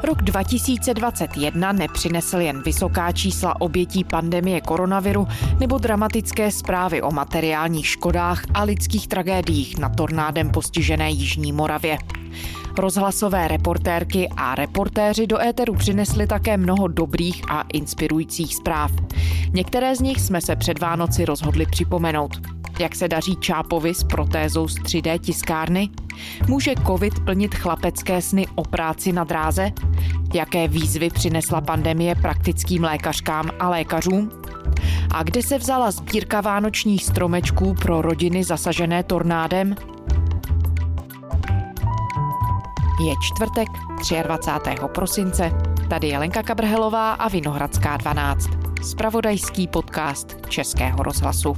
Rok 2021 nepřinesl jen vysoká čísla obětí pandemie koronaviru nebo dramatické zprávy o materiálních škodách a lidských tragédiích na tornádem postižené Jižní Moravě. Rozhlasové reportérky a reportéři do éteru přinesli také mnoho dobrých a inspirujících zpráv. Některé z nich jsme se před Vánoci rozhodli připomenout. Jak se daří Čápovi s protézou z 3D tiskárny? Může covid plnit chlapecké sny o práci na dráze? Jaké výzvy přinesla pandemie praktickým lékařkám a lékařům? A kde se vzala sbírka vánočních stromečků pro rodiny zasažené tornádem? Je čtvrtek, 23. prosince. Tady je Lenka Kabrhelová a Vinohradská 12. Zpravodajský podcast Českého rozhlasu.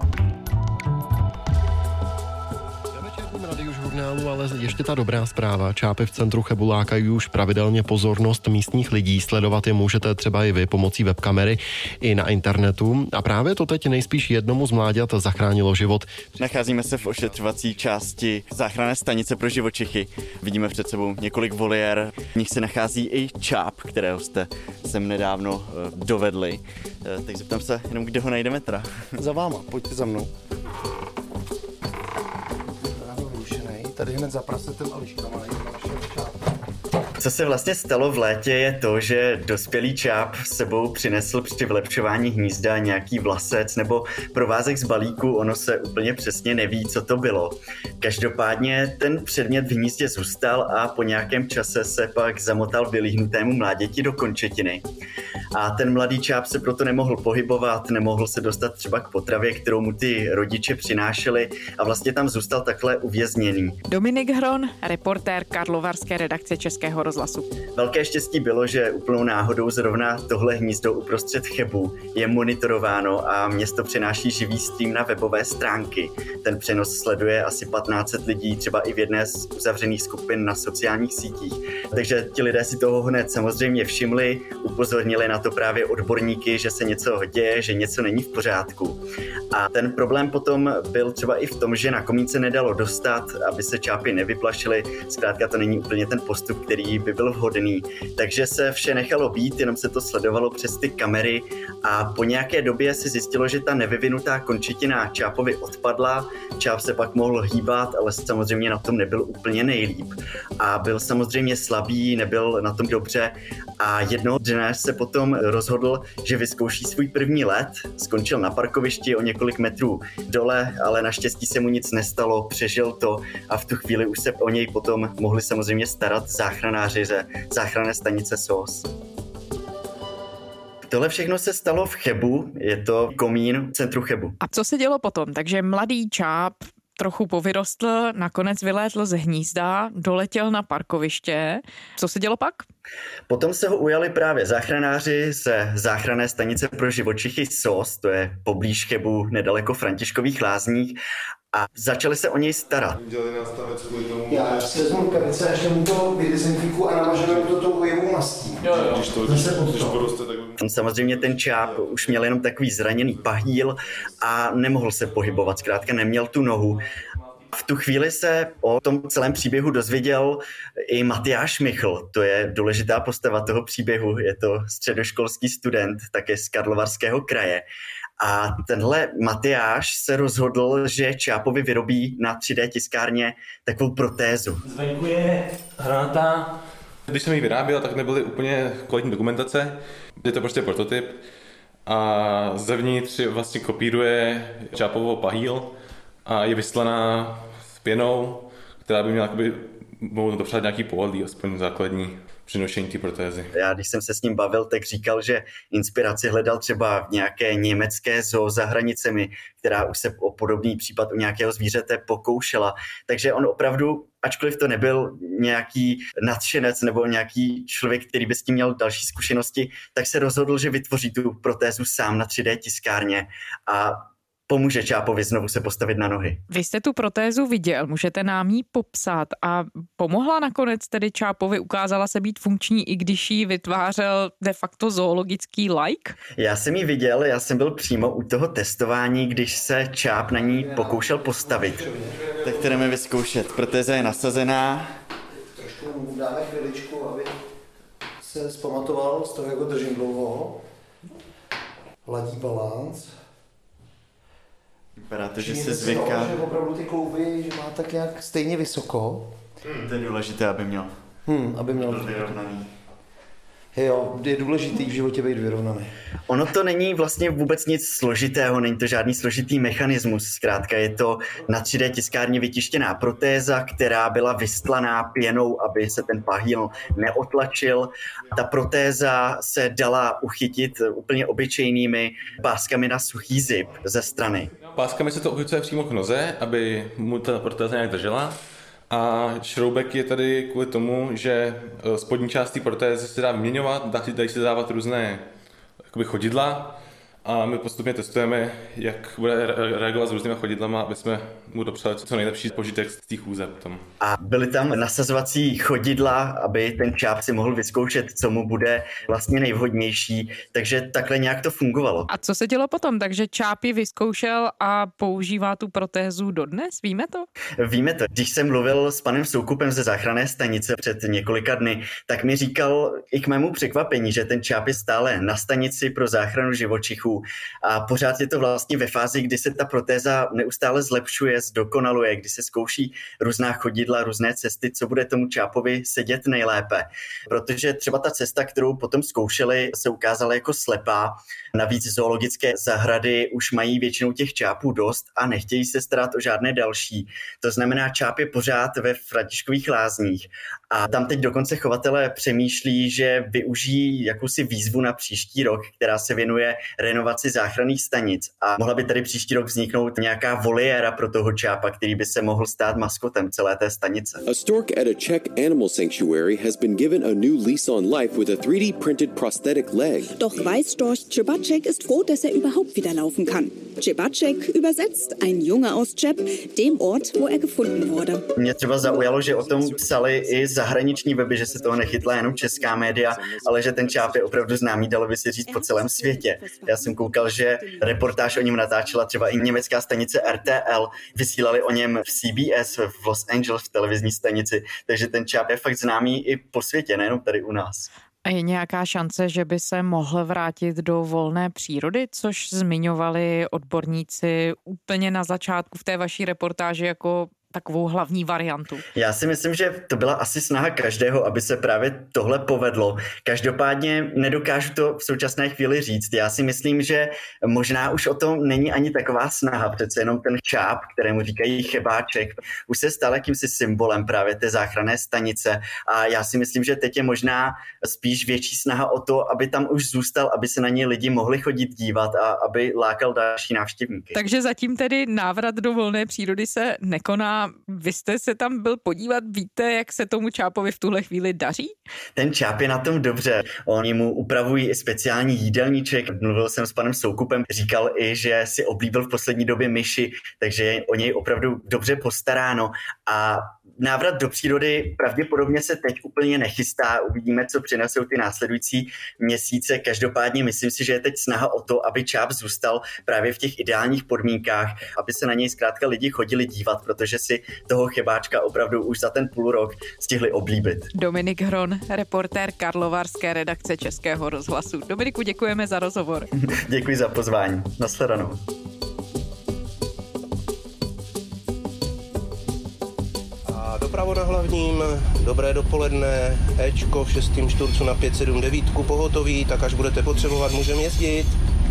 Ale ještě ta dobrá zpráva. Čápy v centru Chebu lákají už pravidelně pozornost místních lidí. Sledovat je můžete třeba i vy pomocí webkamery i na internetu. A právě to teď nejspíš jednomu z mláďat zachránilo život. Nacházíme se v ošetřovací části záchranné stanice pro živočichy. Vidíme před sebou několik voliér. V nich se nachází i čáp, kterého jste sem nedávno dovedli. Tak zeptám se jenom, kde ho najdeme teda. Za váma, pojďte za mnou. Tady hned za prasetem a liškama najdeme našeho čápa. Co se vlastně stalo v létě je to, že dospělý čáp s sebou přinesl při vylepšování hnízda nějaký vlasec nebo provázek z balíku, ono se úplně přesně neví, co to bylo. Každopádně ten předmět v hnízdě zůstal a po nějakém čase se pak zamotal vylíhnutému mláděti do končetiny. A ten mladý čáp se proto nemohl pohybovat, nemohl se dostat třeba k potravě, kterou mu ty rodiče přinášeli a vlastně tam zůstal takhle uvězněný. Dominik Hron, reportér Karlovarské redakce Českého rozhlasu. Velké štěstí bylo, že úplnou náhodou zrovna tohle hnízdo uprostřed Chebu je monitorováno a město přenáší živý stream na webové stránky. Ten přenos sleduje asi 1500 lidí, třeba i v jedné z uzavřených skupin na sociálních sítích. Takže ti lidé si toho hned samozřejmě všimli, upozornili na to právě odborníky, že se něco děje, že něco není v pořádku. A ten problém potom byl třeba i v tom, že na komínce nedalo dostat, aby se čápy nevyplašily. Zkrátka to není úplně ten postup, který by byl vhodný. Takže se vše nechalo být, jenom se to sledovalo přes ty kamery a po nějaké době se zjistilo, že ta nevyvinutá končetina čápovi odpadla. Čáp se pak mohl hýbat, ale samozřejmě na tom nebyl úplně nejlíp. A byl samozřejmě slabý, nebyl na tom dobře a jednoho dne se potom rozhodl, že vyzkouší svůj první let. Skončil na parkovišti o několik metrů dole, ale naštěstí se mu nic nestalo, přežil to a v tu chvíli už se o něj potom mohli samozřejmě starat záchranáři ze záchranné stanice SOS. Tohle všechno se stalo v Chebu, je to komín v centru Chebu. A co se dělo potom? Takže mladý čáp trochu povyrostl, nakonec vylétl ze hnízda, doletěl na parkoviště. Co se dělo pak? Potom se ho ujali právě záchranáři ze záchranné stanice pro živočichy SOS, to je poblíž Chebu, nedaleko Františkových Lázních, a začali se o něj starat. Já si vezmu rukavice, ještě mu to vydezinfikuju a namažeme to tou hojivou mastí. Samozřejmě ten čáp už měl jenom takový zraněný pahýl a nemohl se pohybovat, zkrátka neměl tu nohu. V tu chvíli se o tom celém příběhu dozvěděl i Matyáš Michl, to je důležitá postava toho příběhu, je to středoškolský student, také z Karlovarského kraje. A tenhle Matyáš se rozhodl, že čápovi vyrobí na 3D tiskárně takovou protézu. Zvenku je hranata. Když jsem ji vyráběl, tak nebyly úplně kvalitní dokumentace. Je to prostě prototyp a zevnitř vlastně kopíruje čápovou pahýl a je vyslaná s pěnou, která by měla dopřát nějaký pohodlí, aspoň základní přinošení té protézy. Já když jsem se s ním bavil, tak říkal, že inspiraci hledal třeba v nějaké německé zoo za hranicemi, která už se o podobný případ u nějakého zvířete pokoušela. Takže on opravdu, ačkoliv to nebyl nějaký nadšenec nebo nějaký člověk, který by s tím měl další zkušenosti, tak se rozhodl, že vytvoří tu protézu sám na 3D tiskárně a pomůže čápovi znovu se postavit na nohy. Vy jste tu protézu viděl, můžete nám ji popsat a pomohla nakonec tedy čápovi, ukázala se být funkční, i když ji vytvářel de facto zoologický laik? Já jsem ji viděl, já jsem byl přímo u toho testování, když se čáp na ní pokoušel postavit. Tak to jdeme vyzkoušet, protéza je nasazená. Trošku dáme chviličku, aby se zpamatoval z toho, jak ho držím dlouho. Ladí balanc. Vypadá to, že se zvyká. Že opravdu ty klouby, že má tak nějak stejně vysoko. To je důležité, aby měl. Aby měl vyrovnaný. Jo, je důležitý v životě být vyrovnaný. Ono to není vlastně vůbec nic složitého, není to žádný složitý mechanismus. Zkrátka je to na 3D tiskárně vytištěná protéza, která byla vystlaná pěnou, aby se ten pahýl neotlačil. Ta protéza se dala uchytit úplně obyčejnými páskami na suchý zip ze strany. Páskami se to uchycuje přímo k noze, aby mu ta protéza nějak držela. A šroubek je tady kvůli tomu, že spodní část té protézy se dá vyměňovat, dají se dávat různé jakoby chodidla a my postupně testujeme, jak bude reagovat s různými chodidlama, aby jsme mu dopřeli co nejlepší požitek z té chůze potom. A byly tam nasazovací chodidla, aby ten čáp si mohl vyzkoušet, co mu bude vlastně nejvhodnější, takže takhle nějak to fungovalo. A co se dělo potom? Takže čápy vyzkoušel a používá tu protézu dodnes? Víme to? Víme to. Když jsem mluvil s panem Soukupem ze záchranné stanice před několika dny, tak mi říkal i k mému překvapení, že ten čáp je stále na stanici pro záchranu živočichů a pořád je to vlastně ve fázi, kdy se ta protéza neustále zlepšuje, zdokonaluje, kdy se zkouší různá chodidla, různé cesty, co bude tomu čápovi sedět nejlépe. Protože třeba ta cesta, kterou potom zkoušeli, se ukázala jako slepá. Navíc zoologické zahrady už mají většinou těch čápů dost a nechtějí se starat o žádné další. To znamená, čáp je pořád ve Františkových Lázních. A tam teď dokonce chovatelé přemýšlí, že využijí jakousi výzvu na příští rok, která se věnuje renovaci záchranných stanic. A mohla by tady příští rok vzniknout nějaká voliéra pro toho čápa, který by se mohl stát maskotem celé té stanice. A stork at a Czech animal sanctuary has been given a new lease on life with a 3D printed prosthetic leg. Doch Weißstorch Chebacek ist froh, dass er überhaupt wieder laufen kann. Chebacek übersetzt ein Junge aus Cheb, dem Ort, wo er gefunden wurde. Mě třeba zaujalo, že o tom psali i zahraniční weby, že se toho nechytla jenom česká média, ale že ten čáp je opravdu známý, dalo by se říct, po celém světě. Já jsem koukal, že reportáž o něm natáčela třeba i německá stanice RTL, vysílali o něm v CBS v Los Angeles v televizní stanici, takže ten čáp je fakt známý i po světě, nejenom tady u nás. A je nějaká šance, že by se mohl vrátit do volné přírody, což zmiňovali odborníci úplně na začátku v té vaší reportáži jako takovou hlavní variantu? Já si myslím, že to byla asi snaha každého, aby se právě tohle povedlo. Každopádně nedokážu to v současné chvíli říct. Já si myslím, že možná už o tom není ani taková snaha. Přece jenom ten čáp, kterému říkají chebáček, už se stal jakýmsi symbolem právě té záchranné stanice. A já si myslím, že teď je možná spíš větší snaha o to, aby tam už zůstal, aby se na něj lidi mohli chodit dívat a aby lákal další návštěvníky. Takže zatím tedy návrat do volné přírody se nekoná. Vy jste se tam byl podívat, víte, jak se tomu čápovi v tuhle chvíli daří? Ten čáp je na tom dobře. Oni mu upravují i speciální jídelníček. Mluvil jsem s panem Soukupem, říkal i, že si oblíbil v poslední době myši, takže je o něj opravdu dobře postaráno. A návrat do přírody pravděpodobně se teď úplně nechystá. Uvidíme, co přinesou ty následující měsíce. Každopádně myslím si, že je teď snaha o to, aby čáp zůstal právě v těch ideálních podmínkách, aby se na něj zkrátka lidi chodili dívat, protože si toho chebáčka opravdu už za ten půl rok stihli oblíbit. Dominik Hron, reportér karlovarské redakce Českého rozhlasu. Dominiku, děkujeme za rozhovor. Děkuji za pozvání. Nashledanou. Dopravo na hlavním, dobré dopoledne, Ečko v 6. čtvrcu na 579 pohotový, tak až budete potřebovat, můžeme jezdit.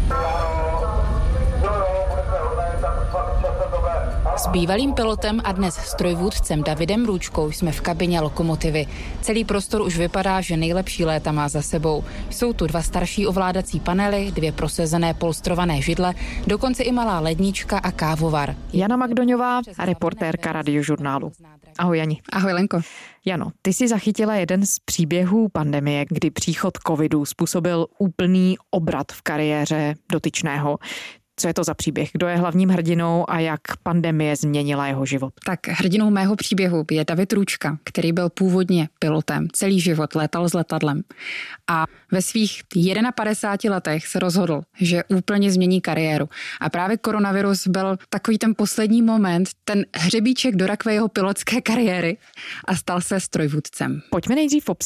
S bývalým pilotem a dnes strojvůdcem Davidem Růčkou jsme v kabině lokomotivy. Celý prostor už vypadá, že nejlepší léta má za sebou. Jsou tu 2 starší ovládací panely, 2 prosezené polstrované židle, dokonce i malá lednička a kávovar. Jana Magdoňová, reportérka Radiožurnálu. Ahoj Jani. Ahoj Lenko. Jano, ty jsi zachytila jeden z příběhů pandemie, kdy příchod covidu způsobil úplný obrat v kariéře dotyčného. Co je to za příběh? Kdo je hlavním hrdinou a jak pandemie změnila jeho život? Tak hrdinou mého příběhu je David Růčka, který byl původně pilotem. Celý život létal s letadlem. A ve svých 51 letech se rozhodl, že úplně změní kariéru. A právě koronavirus byl takový ten poslední moment, ten hřebíček do rakve jeho pilotské kariéry a stal se strojvůdcem. Pojďme nejdřív popsat,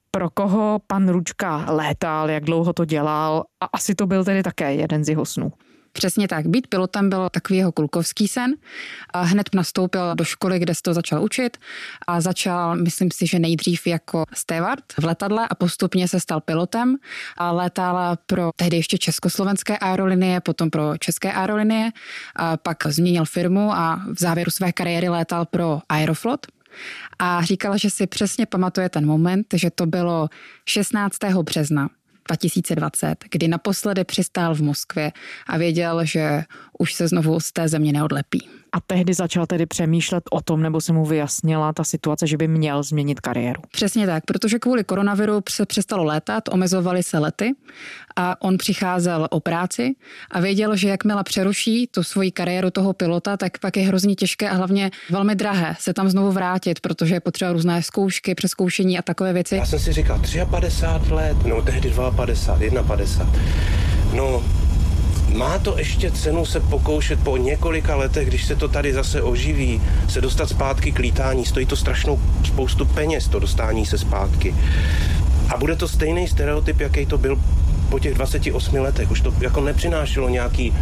pro koho pan Ručka létal, jak dlouho to dělal a asi to byl tedy také jeden z jeho snů. Přesně tak. Být pilotem byl takový jeho klukovský sen. A hned nastoupil do školy, kde se to začal učit a začal, myslím si, že nejdřív jako steward v letadle a postupně se stal pilotem a létal pro tehdy ještě československé aerolinie, potom pro české aerolinie a pak změnil firmu a v závěru své kariéry létal pro Aeroflot. A říkala, že si přesně pamatuje ten moment, že to bylo 16. března 2020, kdy naposledy přistál v Moskvě a věděl, že už se znovu z té země neodlepí. A tehdy začal tedy přemýšlet o tom, nebo se mu vyjasnila ta situace, že by měl změnit kariéru. Přesně tak, protože kvůli koronaviru se přestalo létat, omezovaly se lety a on přicházel o práci a věděl, že jakmile přeruší tu svoji kariéru toho pilota, tak pak je hrozně těžké a hlavně velmi drahé se tam znovu vrátit, protože je potřeba různé zkoušky, přezkoušení a takové věci. Já jsem si říkal 53 let, no tehdy 52, 51. No, má to ještě cenu se pokoušet po několika letech, když se to tady zase oživí, se dostat zpátky k lítání. Stojí to strašnou spoustu peněz, to dostání se zpátky. A bude to stejný stereotyp, jaký to byl po těch 28 letech. Už to jako nepřinášelo nějaký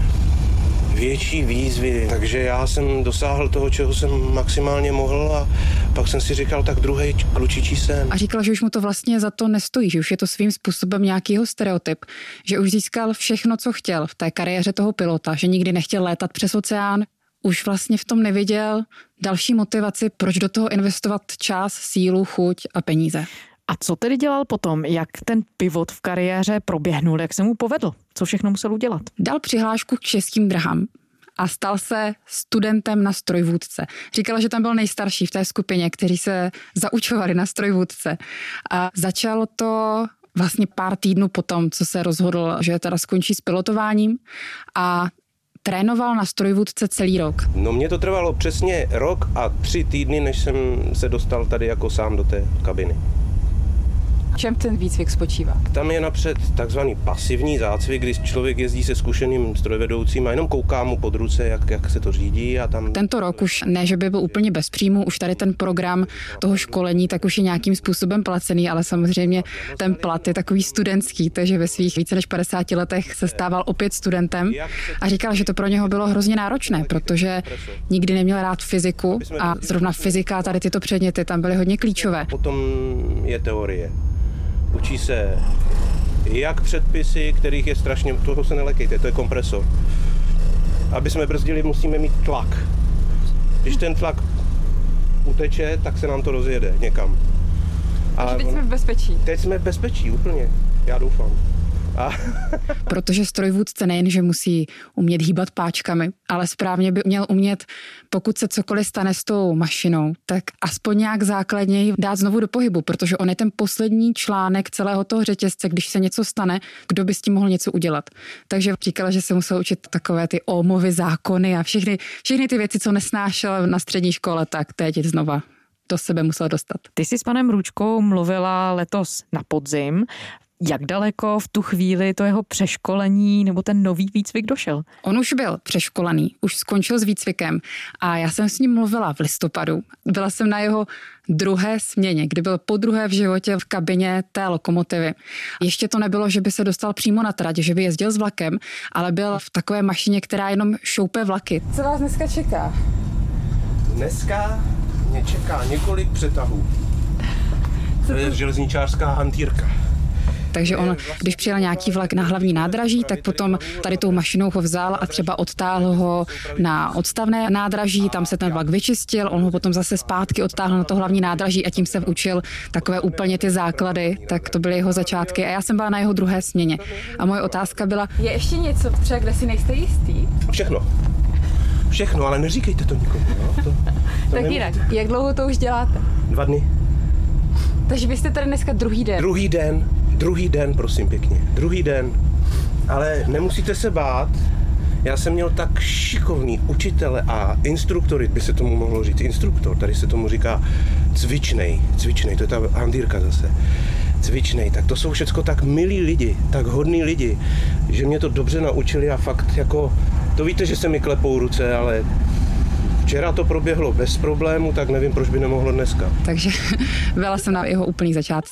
větší výzvy, takže já jsem dosáhl toho, čeho jsem maximálně mohl a pak jsem si říkal, tak druhej klučičí sen. A říkal, že už mu to vlastně za to nestojí, že už je to svým způsobem nějakýho stereotyp, že už získal všechno, co chtěl v té kariéře toho pilota, že nikdy nechtěl létat přes oceán, už vlastně v tom neviděl další motivaci, proč do toho investovat čas, sílu, chuť a peníze. A co tedy dělal potom? Jak ten pivot v kariéře proběhnul? Jak se mu povedl? Co všechno musel udělat? Dal přihlášku k Českým dráhám a stal se studentem na strojvůdce. Říkala, že tam byl nejstarší v té skupině, kteří se zaučovali na strojvůdce. A začalo to vlastně pár týdnů potom, co se rozhodl, že teda skončí s pilotováním a trénoval na strojvůdce celý rok. No mě to trvalo přesně rok a 3 týdny, než jsem se dostal tady jako sám do té kabiny. V čem ten výcvik spočívá? Tam je napřed takzvaný pasivní zácvik, kdy člověk jezdí se zkušeným strojvedoucím a jenom kouká mu pod ruce, jak se to řídí a tam... Tento rok už ne, že by byl úplně bez příjmu, už tady ten program toho školení tak už je nějakým způsobem placený, ale samozřejmě ten plat je takový studentský, takže ve svých více než 50 letech se stával opět studentem a říkal, že to pro něho bylo hrozně náročné, protože nikdy neměl rád fyziku a zrovna fyzika a tady tyto předměty tam byly hodně klíčové. Potom je teorie. Učí se jak předpisy, kterých je strašně, toho se nelekejte, to je kompresor. Aby jsme brzdili, musíme mít tlak. Když ten tlak uteče, tak se nám to rozjede někam. Takže teď jsme v bezpečí. Teď jsme v bezpečí, úplně, já doufám. Protože strojvůdce nejenže musí umět hýbat páčkami, ale správně by měl umět, pokud se cokoliv stane s tou mašinou, tak aspoň nějak základně ji dát znovu do pohybu, protože on je ten poslední článek celého toho řetězce, když se něco stane, kdo by s tím mohl něco udělat. Takže říkala, že se musel učit takové ty Ohmovy zákony a všechny ty věci, co nesnášel na střední škole, tak teď znova do sebe musel dostat. Ty jsi s panem Ručkou mluvila letos na podzim. Jak daleko v tu chvíli to jeho přeškolení nebo ten nový výcvik došel? On už byl přeškolený, už skončil s výcvikem a já jsem s ním mluvila v listopadu. Byla jsem na jeho druhé směně, kdy byl podruhé v životě v kabině té lokomotivy. Ještě to nebylo, že by se dostal přímo na trať, že by jezdil s vlakem, ale byl v takové mašině, která jenom šoupe vlaky. Co vás dneska čeká? Dneska mě čeká několik přetahů. To je železničářská hantýrka. Takže on, když přijel nějaký vlak na hlavní nádraží, tak potom tady tou mašinou ho vzal a třeba odtáhl ho na odstavné nádraží, tam se ten vlak vyčistil, on ho potom zase zpátky odtáhl na to hlavní nádraží a tím se učil takové úplně ty základy, tak to byly jeho začátky a já jsem byla na jeho druhé směně. A moje otázka byla, je ještě něco, třeba kde si nejste jistý? Všechno, ale neříkejte to nikomu. No? To tak jinak, jak dlouho to už děláte? 2 dny. Takže vy jste tady dneska druhý den? Druhý den, prosím pěkně. Druhý den. Ale nemusíte se bát. Já jsem měl tak šikovný učitele a instruktory, by se tomu mohlo říct instruktor. Tady se tomu říká cvičnej, to je ta handýrka zase. Cvičnej, tak to jsou všecko tak milí lidi, tak hodní lidi, že mě to dobře naučili a fakt jako, to víte, že se mi klepou ruce, ale včera to proběhlo bez problému, tak nevím, proč by nemohlo dneska. Takže byla jsem na jeho úplných začátcích.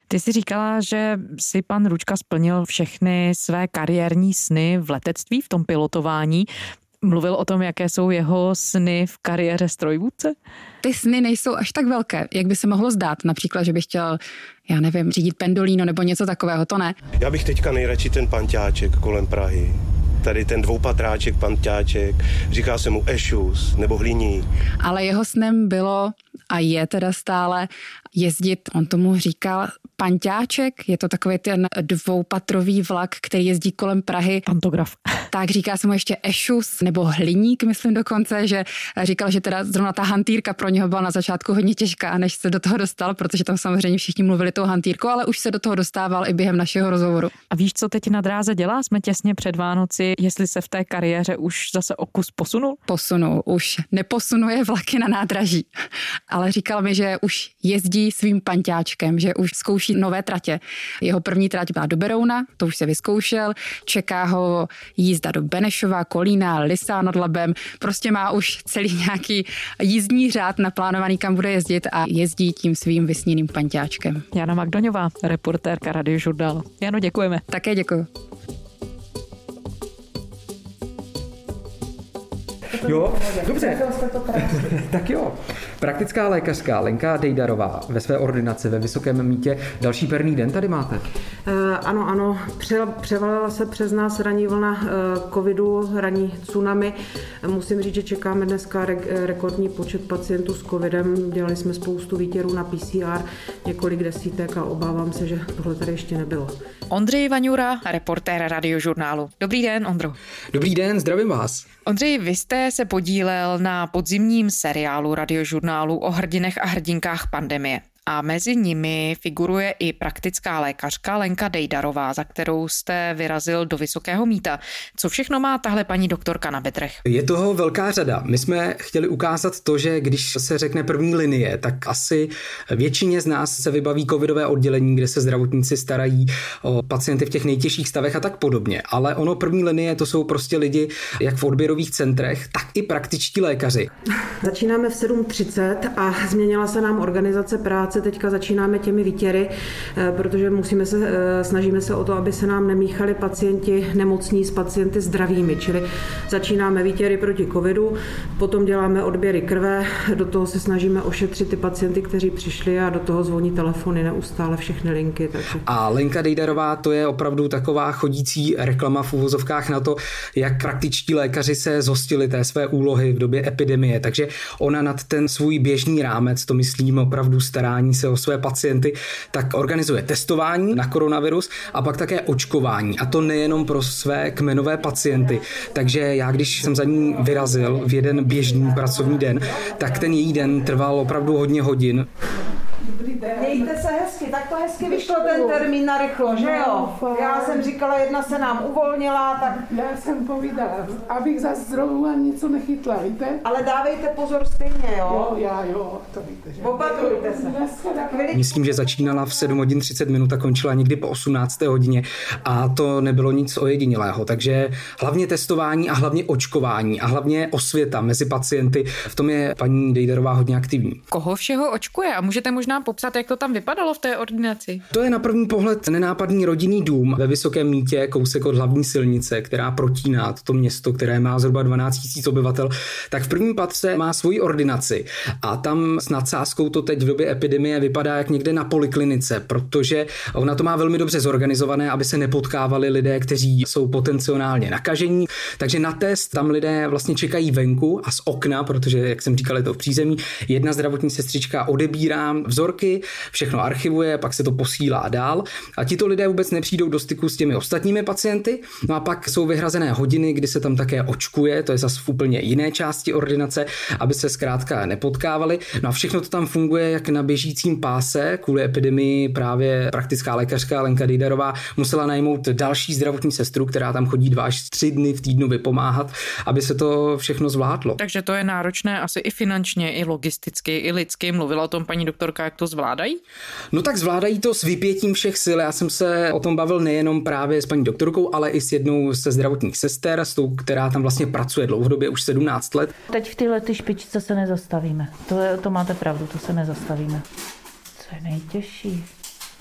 Ty jsi říkala, že si pan Růčka splnil všechny své kariérní sny v letectví, v tom pilotování. Mluvil o tom, jaké jsou jeho sny v kariéře strojvůdce? Ty sny nejsou až tak velké, jak by se mohlo zdát. Například, že bych chtěl, já nevím, řídit pendolino nebo něco takového, to ne. Já bych teďka nejradši ten panťáček kolem Prahy. Tady ten dvoupatráček, panťáček, říká se mu Ešus nebo Hliník. Ale jeho snem bylo a je teda stále jezdit, on tomu říkal panťáček, je to takový ten dvoupatrový vlak, který jezdí kolem Prahy. Pantograf. Tak říká se mu ještě Ešus nebo Hliník, myslím dokonce, že říkal, že teda zrovna ta hantýrka pro něho byla na začátku hodně těžká, než se do toho dostal, protože tam samozřejmě všichni mluvili tou hantýrkou, ale už se do toho dostával i během našeho rozhovoru. A víš, co teď na dráze dělá? Jsme těsně před Vánoci, jestli se v té kariéře už zase o kus posunul? Posunul, už neposunuje vlaky na nádraží, ale říkal mi, že už jezdí svým panťáčkem, že už zkouší nové tratě. Jeho první trať byla do Berouna, to už se vyzkoušel, čeká ho jízda do Benešova, Kolína, Lysá nad Labem, prostě má už celý nějaký jízdní řád naplánovaný, kam bude jezdit a jezdí tím svým vysněným panťáčkem. Jana Magdoňová, reportérka Radiožurnálu. Jano, děkujeme. Také děkuju. Jo, dobře. Tak jo. Praktická lékařka Lenka Dejdarová ve své ordinaci ve Vysokém Mýtě. Další perný den tady máte? Ano. Převalila se přes nás ranní vlna covidu, ranní tsunami. Musím říct, že čekáme dneska rekordní počet pacientů s covidem. Dělali jsme spoustu výtěrů na PCR, několik desítek a obávám se, že tohle tady ještě nebylo. Ondřej Vaňura, reportér Radiožurnálu. Dobrý den, Ondro. Dobrý den, zdravím vás. Ondřej, vy jste se podílel na podzimním seriálu Radiožurnálu o hrdinech a hrdinkách pandemie. A mezi nimi figuruje i praktická lékařka Lenka Dejdarová, za kterou jste vyrazil do Vysokého Mýta. Co všechno má tahle paní doktorka na bedrech? Je toho velká řada. My jsme chtěli ukázat to, že když se řekne první linie, tak asi většině z nás se vybaví covidové oddělení, kde se zdravotníci starají o pacienty v těch nejtěžších stavech a tak podobně. Ale ono první linie, to jsou prostě lidi jak v odběrových centrech, tak i praktičtí lékaři. Začínáme v 7:30 a změnila se nám organizace práce. Teďka začínáme těmi výtěry, protože snažíme se o to, aby se nám nemíchali pacienti nemocní s pacienty zdravými, čili začínáme výtěry proti covidu, potom děláme odběry krve, do toho se snažíme ošetřit ty pacienty, kteří přišli a do toho zvoní telefony neustále všechny linky. Takže... A Lenka Dejdarová, to je opravdu taková chodící reklama v uvozovkách na to, jak praktičtí lékaři se zhostili té své úlohy v době epidemie, takže ona nad ten svůj běžný rámec, to myslím opravdu starání se o své pacienty, tak organizuje testování na koronavirus a pak také očkování. A to nejenom pro své kmenové pacienty. Takže já, když jsem za ní vyrazil v jeden běžný pracovní den, tak ten její den trval opravdu hodně hodin. Mějte se hezky, tak to hezky vyšlo ten termín na rychlo, že jo? Já jsem říkala, jedna se nám uvolnila, tak... Já jsem povídala, abych zase zrovna něco nechytla, víte? Ale dávejte pozor stejně, jo? Jo, to víte, že... Opatrujte se. Myslím, že začínala v 7 hodin 30 minut a končila někdy po 18. hodině a to nebylo nic ojedinělého, takže hlavně testování a hlavně očkování a hlavně osvěta mezi pacienty, v tom je paní Dejdarová hodně aktivní. Koho všeho očkuje a můžete možná popsat, jak to tam vypadalo v té ordinaci? To je na první pohled nenápadný rodinný dům ve Vysokém Mýtě, kousek od hlavní silnice, která protíná toto město, které má zhruba 12 000 obyvatel, tak v prvním patře má svoji ordinaci a tam s nadsázkou to teď v době epidemie vypadá jak někde na poliklinice, protože ona to má velmi dobře zorganizované, aby se nepotkávali lidé, kteří jsou potenciálně nakažení, takže na test tam lidé vlastně čekají venku a z okna, protože jak jsem říkal, je to v přízemí, jedna zdravotní sestřička odebírá vzorky, všechno archivuje, pak se to posílá dál a tito lidé vůbec nepřijdou do styku s těmi ostatními pacienty. No a pak jsou vyhrazené hodiny, kdy se tam také očkuje, to je zase v úplně jiné části ordinace, aby se zkrátka nepotkávali. No a všechno to tam funguje jak na běžícím páse. Kvůli epidemii právě praktická lékařka Lenka Dejdarová musela najmout další zdravotní sestru, která tam chodí 2 až 3 dny v týdnu vypomáhat, aby se to všechno zvládlo. Takže to je náročné asi i finančně, i logisticky, i lidsky. Mluvila o tom paní doktorka, jak to zvládají? No tak zvládají to s vypětím všech sil. Já jsem se o tom bavil nejenom právě s paní doktorkou, ale i s jednou ze zdravotních sester, s tou, která tam vlastně pracuje dlouhodobě už 17 let. Teď v téhle špičce se nezastavíme. To máte pravdu, to se nezastavíme. Co je nejtěžší?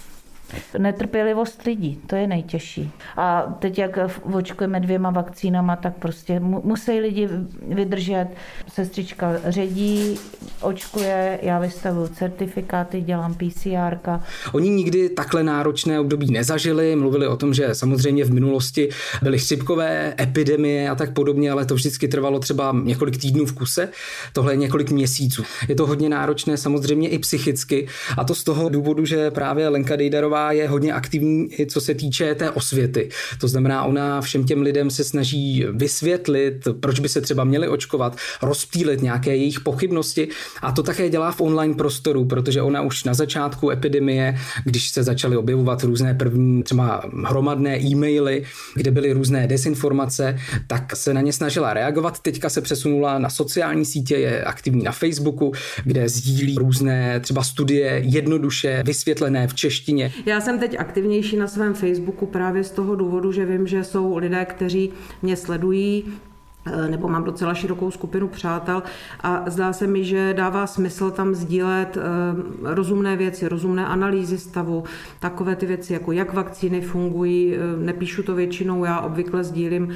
Netrpělivost lidí, to je nejtěžší. A teď, jak očkujeme 2 vakcínama, tak prostě musí lidi vydržet. Sestřička ředí, očkuje, já vystavuju certifikáty, dělám PCR. Oni nikdy takhle náročné období nezažili, mluvili o tom, že samozřejmě v minulosti byly chřipkové epidemie a tak podobně, ale to vždycky trvalo třeba několik týdnů v kuse, tohle je několik měsíců. Je to hodně náročné samozřejmě i psychicky a to z toho důvodu, že právě Lenka Dejdarová je hodně aktivní, i co se týče té osvěty. To znamená, ona všem těm lidem se snaží vysvětlit, proč by se třeba měli očkovat, rozptýlit nějaké jejich pochybnosti a to také dělá v online prostoru, protože ona už na začátku epidemie, když se začaly objevovat různé první třeba hromadné e-maily, kde byly různé dezinformace, tak se na ně snažila reagovat. Teďka se přesunula na sociální sítě, je aktivní na Facebooku, kde sdílí různé třeba studie jednoduše vysvětlené v češtině. Já jsem teď aktivnější na svém Facebooku právě z toho důvodu, že vím, že jsou lidé, kteří mě sledují, nebo mám docela širokou skupinu přátel a zdá se mi, že dává smysl tam sdílet rozumné věci, rozumné analýzy stavu, takové ty věci, jako jak vakcíny fungují, nepíšu to většinou, já obvykle sdílím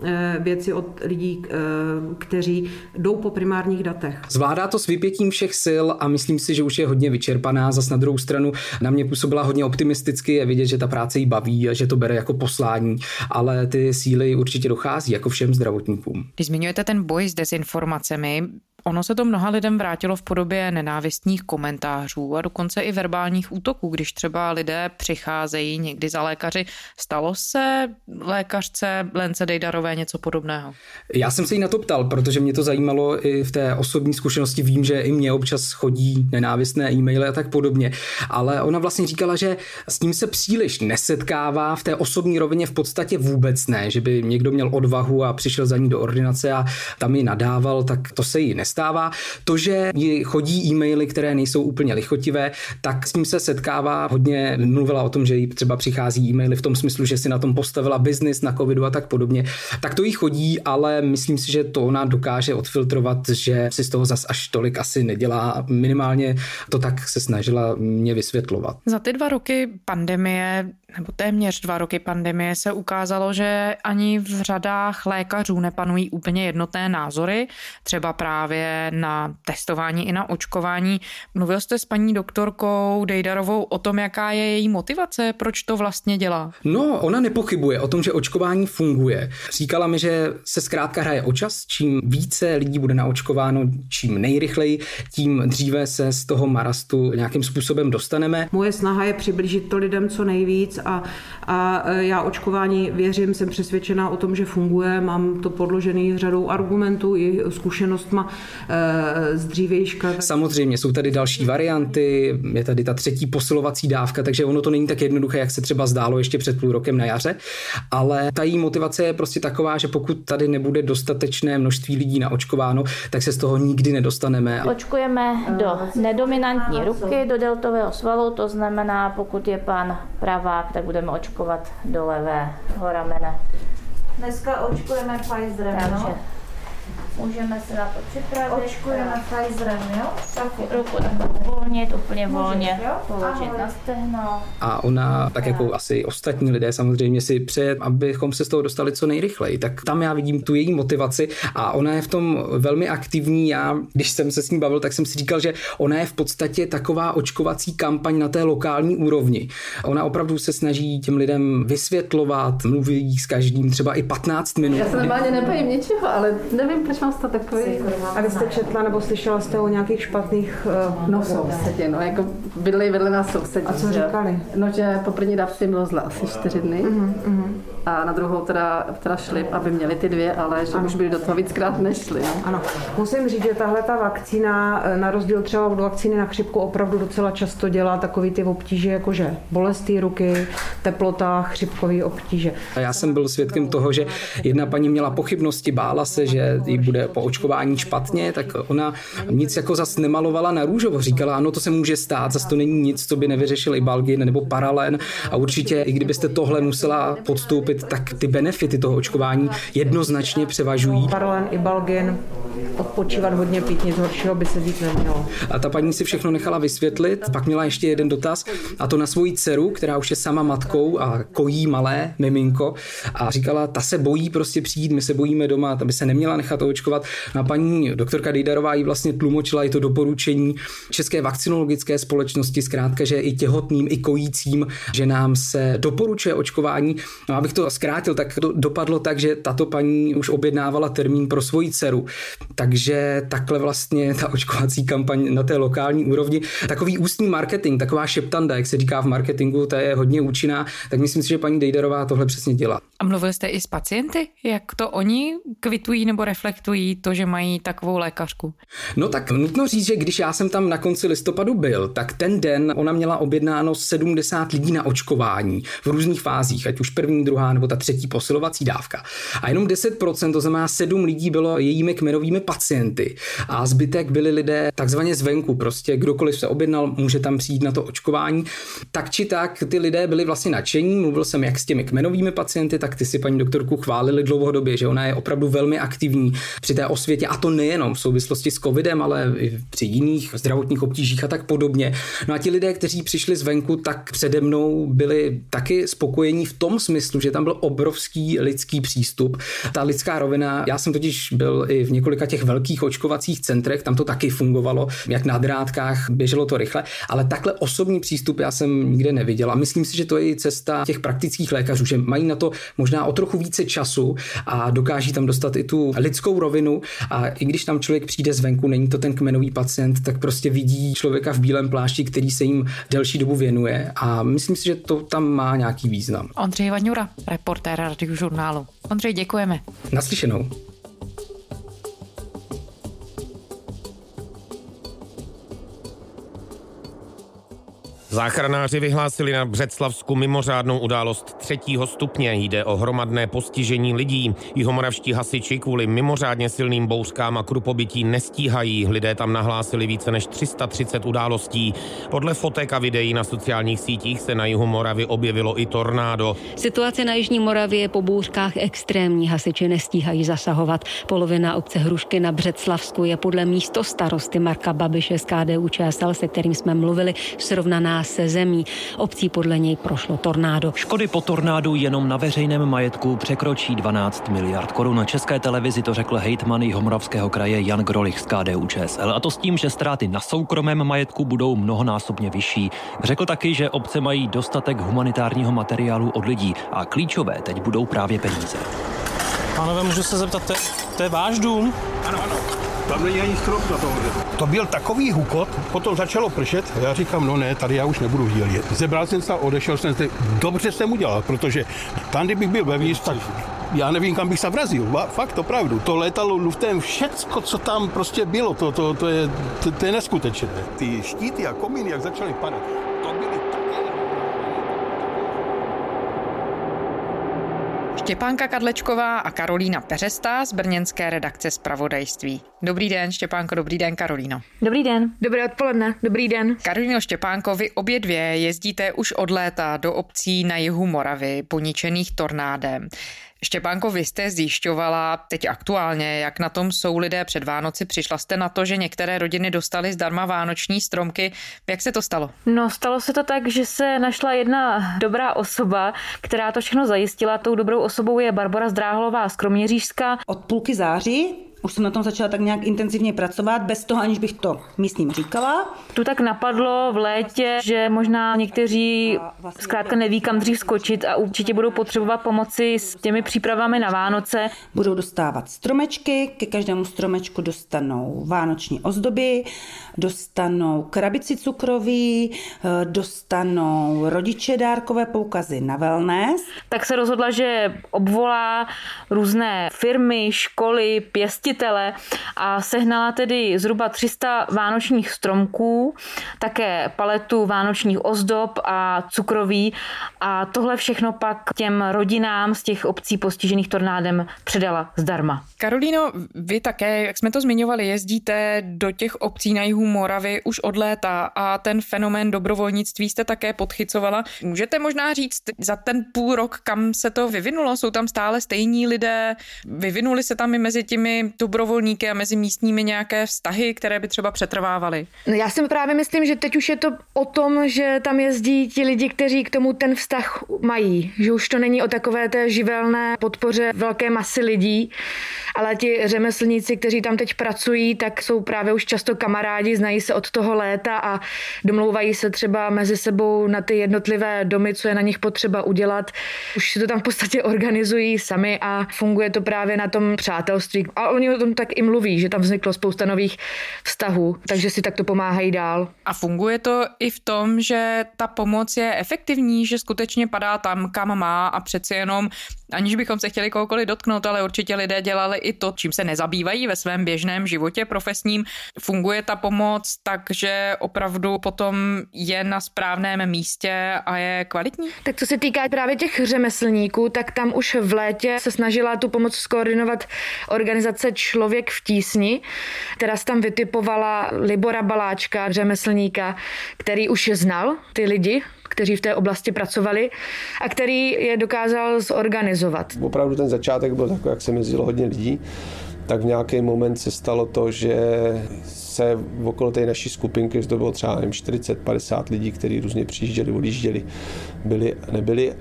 věci od lidí, kteří jdou po primárních datech. Zvládá to s vypětím všech sil a myslím si, že už je hodně vyčerpaná, zas na druhou stranu na mě působila hodně optimisticky, je vidět, že ta práce jí baví a že to bere jako poslání, ale ty síly určitě dochází, jako všem zdravotníkům. Když zmiňujete ten boj s dezinformacemi, ono se to mnoha lidem vrátilo v podobě nenávistných komentářů a dokonce i verbálních útoků, když třeba lidé přicházejí někdy za lékaři. Stalo se lékařce Lence Dejdarové něco podobného? Já jsem se jí na to ptal, protože mě to zajímalo i v té osobní zkušenosti. Vím, že i mně občas chodí nenávistné e-maily a tak podobně, ale ona vlastně říkala, že s tím se příliš nesetkává, v té osobní rovině v podstatě vůbec ne, že by někdo měl odvahu a přišel za ní do ordinace a tam ji nadával, tak to se jí nestává. To, že jí chodí e-maily, které nejsou úplně lichotivé, tak s tím se setkává. Hodně mluvila o tom, že jí třeba přichází e-maily v tom smyslu, že si na tom postavila biznis na covidu a tak podobně. Tak to jí chodí, ale myslím si, že to ona dokáže odfiltrovat, že si z toho zas až tolik asi nedělá. Minimálně to tak se snažila mě vysvětlovat. Za ty 2 roky pandemie, nebo téměř 2 roky pandemie se ukázalo, že ani v řadách lékařů nepanují úplně jednotné názory, třeba právě na testování i na očkování. Mluvil jste s paní doktorkou Dejdarovou o tom, jaká je její motivace, proč to vlastně dělá? No, ona nepochybuje o tom, že očkování funguje. Říkala mi, že se zkrátka hraje o čas, čím více lidí bude naočkováno, čím nejrychleji, tím dříve se z toho marastu nějakým způsobem dostaneme. Moje snaha je přiblížit to lidem co nejvíc a já očkování věřím, jsem přesvědčená o tom, že funguje, mám to podložený řadou argumentů i zkušenostma z dřívějška. Samozřejmě jsou tady další varianty, je tady ta 3. posilovací dávka, takže ono to není tak jednoduché, jak se třeba zdálo ještě před půl rokem na jaře, ale ta její motivace je prostě taková, že pokud tady nebude dostatečné množství lidí naočkováno, tak se z toho nikdy nedostaneme. Očkujeme do nedominantní ruky, do deltového svalu, to znamená, pokud je pan pravák, tak budeme očkovat do levého ramene. Dneska očkujeme Pfizerem, no? Můžeme se na to připravit. Očkujeme Pfizerem, jo? Tak ruku uvolnit, úplně volně položit na stehno. A ona, tak jako asi ostatní lidé samozřejmě si přeje, abychom se z toho dostali co nejrychleji. Tak tam já vidím tu její motivaci a ona je v tom velmi aktivní. Já, když jsem se s ní bavil, tak jsem si říkal, že ona je v podstatě taková očkovací kampaň na té lokální úrovni. Ona opravdu se snaží těm lidem vysvětlovat, mluví s každým třeba i 15 minut. Já se normálně nebojím ničeho, ale nevím, proč mám to takový. A vy jste četla nebo slyšela jste o nějakých špatných... No sousedě, no, jako bydlejí vedle nás sousedí. A co říkali? No, že po první dávce bylo zle asi 4 dny. A na druhou teda šli, aby měli ty 2, ale že už byli do toho víckrát nešli. No. Ano, musím říct, že tahle ta vakcína, na rozdíl třeba od vakcíny na chřipku, opravdu docela často dělá takový ty obtíže, jakože bolestí ruky, teplota, chřipkový obtíže. A já jsem byl svědkem toho, že jedna paní měla pochybnosti, bála se, že jí bude po očkování špatně, tak ona nic jako zas nemalovala na růžovo. Říkala, ano, to se může stát, zas to není nic, co by nevyřešil Ibalgin nebo Paralen a určitě, i kdybyste tohle musela podstoupit, pochopit, tak ty benefity toho očkování jednoznačně převažují. Paralen i Balgin, odpočívat hodně, pít, nic horšího by se dít nemělo. A ta paní si všechno nechala vysvětlit, pak měla ještě jeden dotaz, a to na svoji dceru, která už je sama matkou a kojí malé miminko, a říkala, ta se bojí prostě přijít, my se bojíme doma, ta by se neměla nechat očkovat. A paní doktorka Dejdarová jí vlastně tlumočila i to doporučení České vakcinologické společnosti, zkrátka, že i těhotným, i kojícím ženám se doporučuje očkování. No, abych to zkrátil, tak to dopadlo tak, že tato paní už objednávala termín pro svoji dceru. Takže takhle vlastně ta očkovací kampaň na té lokální úrovni, takový ústní marketing, taková šeptanda, jak se říká v marketingu, ta je hodně účinná, tak myslím si, že paní Dejdarová tohle přesně dělá. A mluvil jste i s pacienty? Jak to oni kvitují nebo reflektují to, že mají takovou lékařku? No tak nutno říct, že když já jsem tam na konci listopadu byl, tak ten den ona měla objednáno 70 lidí na očkování v různých fázích, ať už první, druhá nebo ta třetí posilovací dávka. A jenom 10%, to znamená 7 lidí bylo jejími kmenovými pacienty a zbytek byli lidé takzvaně zvenku, prostě kdokoliv se objednal, může tam přijít na to očkování. Tak či tak ty lidé byli vlastně nadšení, mluvil jsem jak s těmi kmenovými pacienty, tak ty si paní doktorku chválili dlouhodobě, že ona je opravdu velmi aktivní při té osvětě, a to nejenom v souvislosti s covidem, ale i při jiných zdravotních obtížích a tak podobně. No a ti lidé, kteří přišli zvenku, tak přede mnou byli taky spokojení v tom smyslu, že tam byl obrovský lidský přístup. Ta lidská rovina, já jsem totiž byl i v několika těch velkých očkovacích centrech, tam to taky fungovalo, jak na drátkách, běželo to rychle, ale takhle osobní přístup já jsem nikde neviděl a myslím si, že to je i cesta těch praktických lékařů, že mají na to možná o trochu více času a dokáží tam dostat i tu lidskou rovinu, a i když tam člověk přijde zvenku, není to ten kmenový pacient, tak prostě vidí člověka v bílém plášti, který se jim delší dobu věnuje, a myslím si, že to tam má nějaký význam. Ondřej Vaňura, reportér Radiožurnálu. Ondřej, děkujeme. Naslyšenou. Záchranáři vyhlásili na Břeclavsku mimořádnou událost 3. stupně. Jde o hromadné postižení lidí. Jihomoravští hasiči kvůli mimořádně silným bouřkám a krupobytí nestíhají. Lidé tam nahlásili více než 330 událostí. Podle fotek a videí na sociálních sítích se na jihu Moravy objevilo i tornádo. Situace na jižní Moravě je po bouřkách extrémní. Hasiči nestíhají zasahovat. Polovina obce Hrušky na Břeclavsku je podle místostarosty Marka Babiše z KDU-ČSL, se kterým jsme mluvili, srovnaná se zemí. Obcí podle něj prošlo tornádo. Škody po tornádu jenom na veřejném majetku překročí 12 miliard korun. Na České televizi to řekl hejtman Jihomoravského kraje Jan Grolich z KDU-ČSL. A to s tím, že ztráty na soukromém majetku budou mnohonásobně vyšší. Řekl taky, že obce mají dostatek humanitárního materiálu od lidí a klíčové teď budou právě peníze. Pánové, můžu se zeptat, to je váš dům? Ano. Tam není ani strop na tohle. To byl takový hukot, potom začalo pršet a já říkám, no ne, tady já už nebudu jet. Zebral jsem se a odešel jsem se. Dobře jsem udělal, protože tam, kdybych byl vevnitř, tak já nevím, kam bych se vrazil. Fakt, opravdu. To létalo luftem, všecko, co tam prostě bylo, to je neskutečné. Ty štíty a komíny, jak začaly padat, to byly také... Štěpánka Kadlečková a Karolína Peřestá z brněnské redakce Zpravodajství. Dobrý den, Štěpánko, dobrý den, Karolíno. Dobrý den, dobré odpoledne, dobrý den. Karolíno, Štěpánko, vy obě dvě jezdíte už od léta do obcí na jihu Moravy, poničených tornádem. Štěpánko, vy jste zjišťovala teď aktuálně, jak na tom jsou lidé před Vánoci. Přišla jste na to, že některé rodiny dostaly zdarma vánoční stromky. Jak se to stalo? No, stalo se to tak, že se našla jedna dobrá osoba, která to všechno zajistila. Tou dobrou osobou je Barbora Zdráhlová z Kroměřížska. Od půlky září už jsem na tom začala tak nějak intenzivně pracovat, bez toho, aniž bych to místním říkala. Tu tak napadlo v létě, že možná někteří zkrátka neví, kam dřív skočit a určitě budou potřebovat pomoci s těmi přípravami na Vánoce. Budou dostávat stromečky, ke každému stromečku dostanou vánoční ozdoby, dostanou krabici cukroví, dostanou rodiče dárkové poukazy na wellness. Tak se rozhodla, že obvolá různé firmy, školy, pěstitele, hostitele a sehnala tedy zhruba 300 vánočních stromků, také paletu vánočních ozdob a cukroví a tohle všechno pak těm rodinám z těch obcí postižených tornádem předala zdarma. Karolíno, vy také, jak jsme to zmiňovali, jezdíte do těch obcí na jihu Moravy už od léta a ten fenomén dobrovolnictví jste také podchycovala. Můžete možná říct za ten půl rok, kam se to vyvinulo? Jsou tam stále stejní lidé? Vyvinuly se tam i mezi těmi dobrovolníky a mezi místními nějaké vztahy, které by třeba přetrvávaly? No já si právě myslím, že teď už je to o tom, že tam jezdí ti lidi, kteří k tomu ten vztah mají. Že už to není o takové té živelné podpoře velké masy lidí, ale ti řemeslníci, kteří tam teď pracují, tak jsou právě už často kamarádi, znají se od toho léta a domlouvají se třeba mezi sebou na ty jednotlivé domy, co je na nich potřeba udělat. Už si to tam v podstatě organizují sami a funguje to právě na tom přátelství. A oni o tom tak i mluví, že tam vzniklo spousta nových vztahů, takže si takto pomáhají dál. A funguje to i v tom, že ta pomoc je efektivní, že skutečně padá tam, kam má a přeci jenom, aniž bychom se chtěli kohokoliv dotknout, ale určitě lidé dělali i to, čím se nezabývají ve svém běžném životě profesním. Funguje ta pomoc tak, že opravdu potom je na správném místě a je kvalitní? Tak co se týká právě těch řemeslníků, tak tam už v létě se snažila tu pomoc skoordinovat organizace Člověk v tísni, která se tam vytipovala Libora Baláčka, řemeslníka, který už znal ty lidi, kteří v té oblasti pracovali a který je dokázal zorganizovat. Opravdu ten začátek byl takový, jak se jezdilo hodně lidí, tak v nějaký moment se stalo to, že se okolo té naší skupinky, že to bylo třeba 40-50 lidí, kteří různě přijížděli, odjížděli, byli, nebyli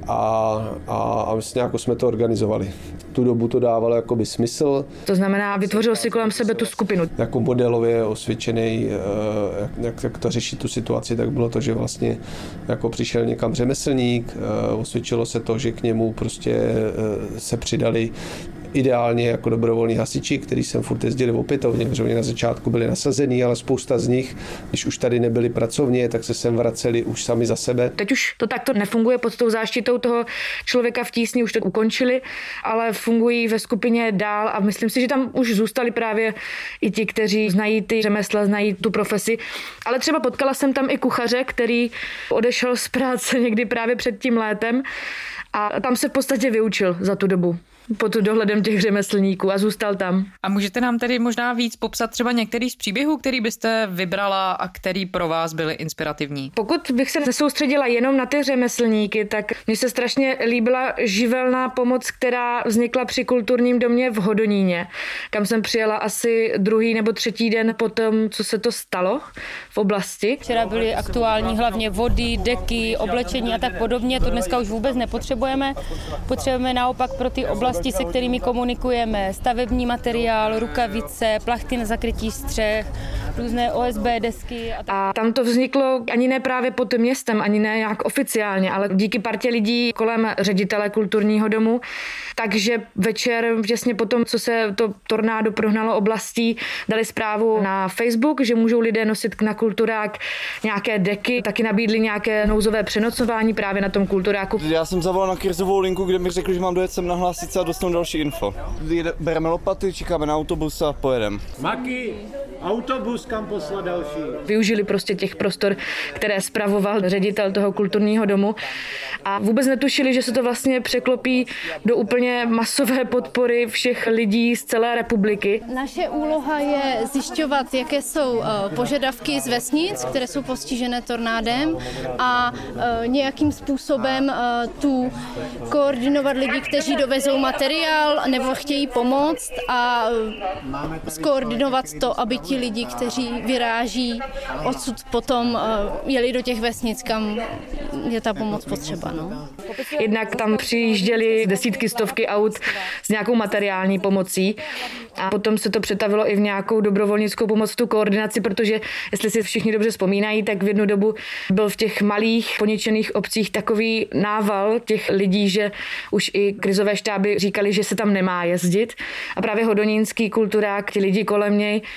a vlastně jako jsme to organizovali. Tu dobu to dávalo jakoby smysl. To znamená, vytvořil si kolem sebe tu skupinu. Jako modelově osvědčený, jak to řešit tu situaci, tak bylo to, že vlastně jako přišel někam řemeslník, osvědčilo se to, že k němu prostě se přidali ideálně jako dobrovolní hasiči, kteří sem furt jezdili opětovně, protože oni na začátku byli nasazení, ale spousta z nich, když už tady nebyli pracovně, tak se sem vraceli už sami za sebe. Teď už to takto nefunguje pod tou záštitou toho Člověka v tísni, už to ukončili, ale fungují ve skupině dál a myslím si, že tam už zůstali právě i ti, kteří znají ty řemesla, znají tu profesi. Ale třeba potkala jsem tam i kuchaře, který odešel z práce někdy právě před tím létem a tam se v podstatě vyučil za tu dobu pod dohledem těch řemeslníků a zůstal tam. A můžete nám tedy možná víc popsat třeba některý z příběhů, který byste vybrala a který pro vás byly inspirativní? Pokud bych se nesoustředila jenom na ty řemeslníky, tak mně se strašně líbila živelná pomoc, která vznikla při kulturním domě v Hodoníně, kam jsem přijela asi 2. nebo 3. den po tom, co se to stalo v oblasti. Včera byly aktuální hlavně vody, deky, oblečení a tak podobně. To dneska už vůbec nepotřebujeme. Potřebujeme naopak pro ty oblasti, se kterými komunikujeme, stavební materiál, rukavice, plachty na zakrytí střech, různé OSB desky. A tam to vzniklo ani ne právě pod městem, ani ne nějak oficiálně, ale díky partě lidí kolem ředitele kulturního domu. Takže večer, těsně po tom, co se to tornádo prohnalo oblastí, dali zprávu na Facebook, že můžou lidé nosit na kulturák nějaké deky, taky nabídli nějaké nouzové přenocování právě na tom kulturáku. Já jsem zavolal na krizovou linku, kde mi řekli, že mám dojet sem nahlásit se a dostanu další info. Bereme lopaty, čekáme na autobus a pojedeme. Maki, autobus kam poslat další. Využili prostě těch prostor, které spravoval ředitel toho kulturního domu a vůbec netušili, že se to vlastně překlopí do úplně masové podpory všech lidí z celé republiky. Naše úloha je zjišťovat, jaké jsou požadavky z vesnic, které jsou postižené tornádem a nějakým způsobem tu koordinovat lidi, kteří dovezou materiál nebo chtějí pomoct a skoordinovat to, aby ti lidi, kteří vyráží odsud potom jeli do těch vesnic, kam je ta pomoc potřeba. No. Jednak tam přijížděly desítky, stovky aut s nějakou materiální pomocí a potom se to přetavilo i v nějakou dobrovolnickou pomoc, tu koordinaci, protože jestli si všichni dobře vzpomínají, tak v jednu dobu byl v těch malých poničených obcích takový nával těch lidí, že už i krizové štáby říkali, že se tam nemá jezdit a právě hodonínský kulturák, ti lidi kolem něj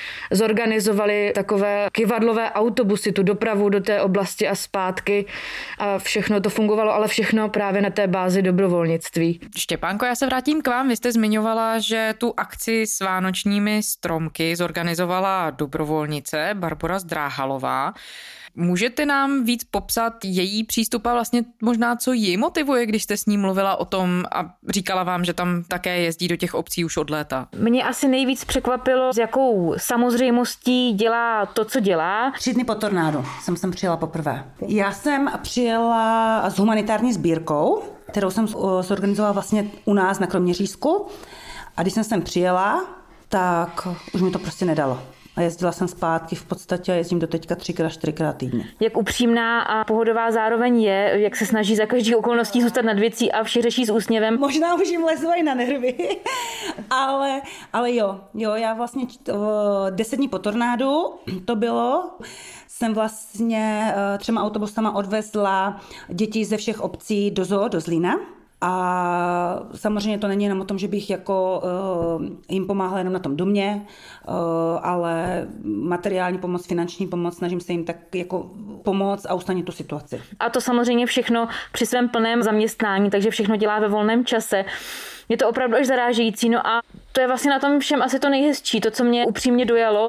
zorganizovali takové kyvadlové autobusy, tu dopravu do té oblasti a zpátky a všechno to fungovalo, ale všechno právě na té bázi dobrovolnictví. Štěpánko, já se vrátím k vám. Vy jste zmiňovala, že tu akci s vánočními stromky zorganizovala dobrovolnice Barbora Zdráhalová. Můžete nám víc popsat její přístup a vlastně možná, co ji motivuje, když jste s ní mluvila o tom a říkala vám, že tam také jezdí do těch obcí už od léta? Mě asi nejvíc překvapilo, s jakou samozřejmostí dělá to, co dělá. 3 dny po tornádu jsem sem přijela poprvé. Já jsem přijela s humanitární sbírkou, kterou jsem zorganizovala vlastně u nás na Kroměřížsku. A když jsem sem přijela, tak už mi to prostě nedalo. A jezdila jsem zpátky v podstatě a jezdím do teďka 3x-4x týdně. Jak upřímná a pohodová zároveň je, jak se snaží za každých okolností zůstat nad věcí a vše řeší s úsměvem. Možná už jim lezu i na nervy, ale jo, já vlastně 10 dní po tornádu to bylo, jsem vlastně 3 autobusama odvezla děti ze všech obcí do zoo, do Zlína. A samozřejmě to není jenom o tom, že bych jako jim pomáhala jenom na tom domě, ale materiální pomoc, finanční pomoc, snažím se jim tak jako pomoct a usnadnit tu situaci. A to samozřejmě všechno při svém plném zaměstnání, takže všechno dělá ve volném čase. Je to opravdu až zarážející, no a to je vlastně na tom všem asi to nejhezčí, to, co mě upřímně dojalo.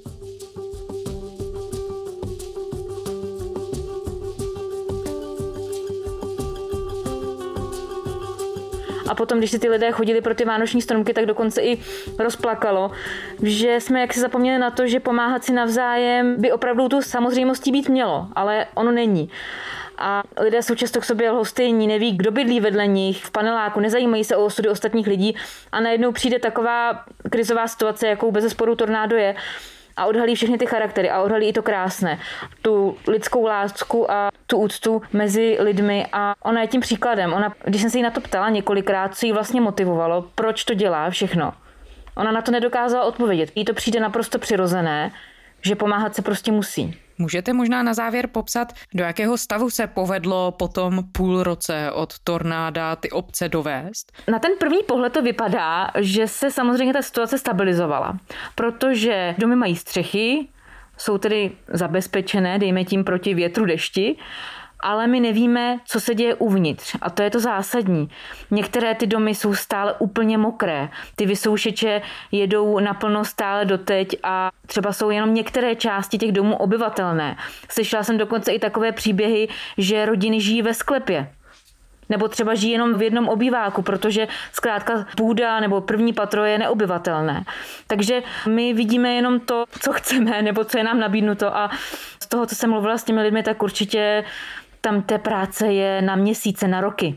A potom, když si ty lidé chodili pro ty vánoční stromky, tak dokonce i rozplakalo, že jsme jaksi zapomněli na to, že pomáhat si navzájem by opravdu tu samozřejmostí být mělo, ale ono není. A lidé jsou často k sobě lhostejní, neví, kdo bydlí vedle nich v paneláku, nezajímají se o osudy ostatních lidí a najednou přijde taková krizová situace, jakou bezesporu tornádo je, a odhalí všechny ty charaktery a odhalí i to krásné, tu lidskou lásku a tu úctu mezi lidmi a ona je tím příkladem. Ona, když jsem se jí na to ptala několikrát, co jí vlastně motivovalo, proč to dělá všechno, ona na to nedokázala odpovědět. Jí to přijde naprosto přirozené, že pomáhat se prostě musí. Můžete možná na závěr popsat, do jakého stavu se povedlo po tom půl roce od tornáda ty obce dovést? Na ten první pohled to vypadá, že se samozřejmě ta situace stabilizovala, protože domy mají střechy, jsou tedy zabezpečené, dejme tím proti větru, dešti, ale my nevíme, co se děje uvnitř a to je to zásadní. Některé ty domy jsou stále úplně mokré, ty vysoušeče jedou naplno stále doteď a třeba jsou jenom některé části těch domů obyvatelné. Slyšela jsem dokonce i takové příběhy, že rodiny žijí ve sklepě. Nebo třeba žijí jenom v jednom obýváku, protože zkrátka půda nebo první patro je neobyvatelné. Takže my vidíme jenom to, co chceme, nebo co je nám nabídnuto a z toho, co jsem mluvila s těmi lidmi, tak určitě tam té práce je na měsíce, na roky.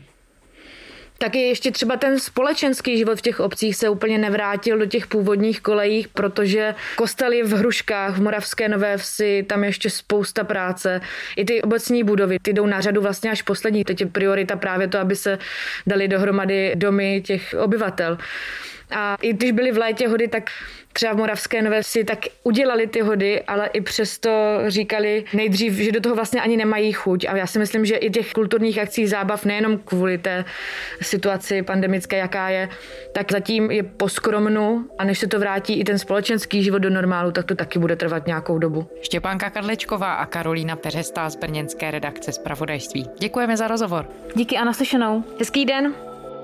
Taky ještě třeba ten společenský život v těch obcích se úplně nevrátil do těch původních kolejích, protože kostely v Hruškách, v Moravské Nové Vsi, tam je ještě spousta práce. I ty obecní budovy, ty jdou na řadu vlastně až poslední. Teď je priorita právě to, aby se dali dohromady domy těch obyvatel. A i když byly v létě hody, tak třeba v Moravské Nové Vsi tak udělali ty hody, ale i přesto říkali nejdřív, že do toho vlastně ani nemají chuť. A já si myslím, že i těch kulturních akcí zábav nejenom kvůli té situaci pandemické, jaká je, tak zatím je poskromnu a než se to vrátí i ten společenský život do normálu, tak to taky bude trvat nějakou dobu. Štěpánka Kadlečková a Karolína Peřestá z brněnské redakce Zpravodajství. Děkujeme za rozhovor. Díky a naslyšenou. Hezký den.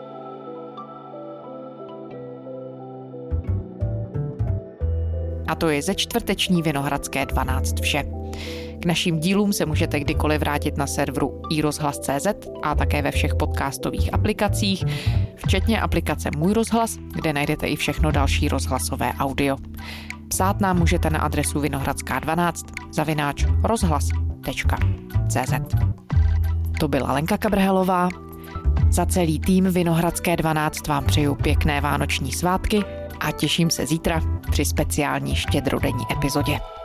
A to je ze čtvrteční Vinohradské 12 vše. K našim dílům se můžete kdykoliv vrátit na serveru iRozhlas.cz a také ve všech podcastových aplikacích, včetně aplikace Můj rozhlas, kde najdete i všechno další rozhlasové audio. Psát nám můžete na adresu vinohradská12 @rozhlas.cz. To byla Lenka Kabrhelová. Za celý tým Vinohradské 12 vám přeju pěkné vánoční svátky a těším se zítra při speciální štědrodenní epizodě.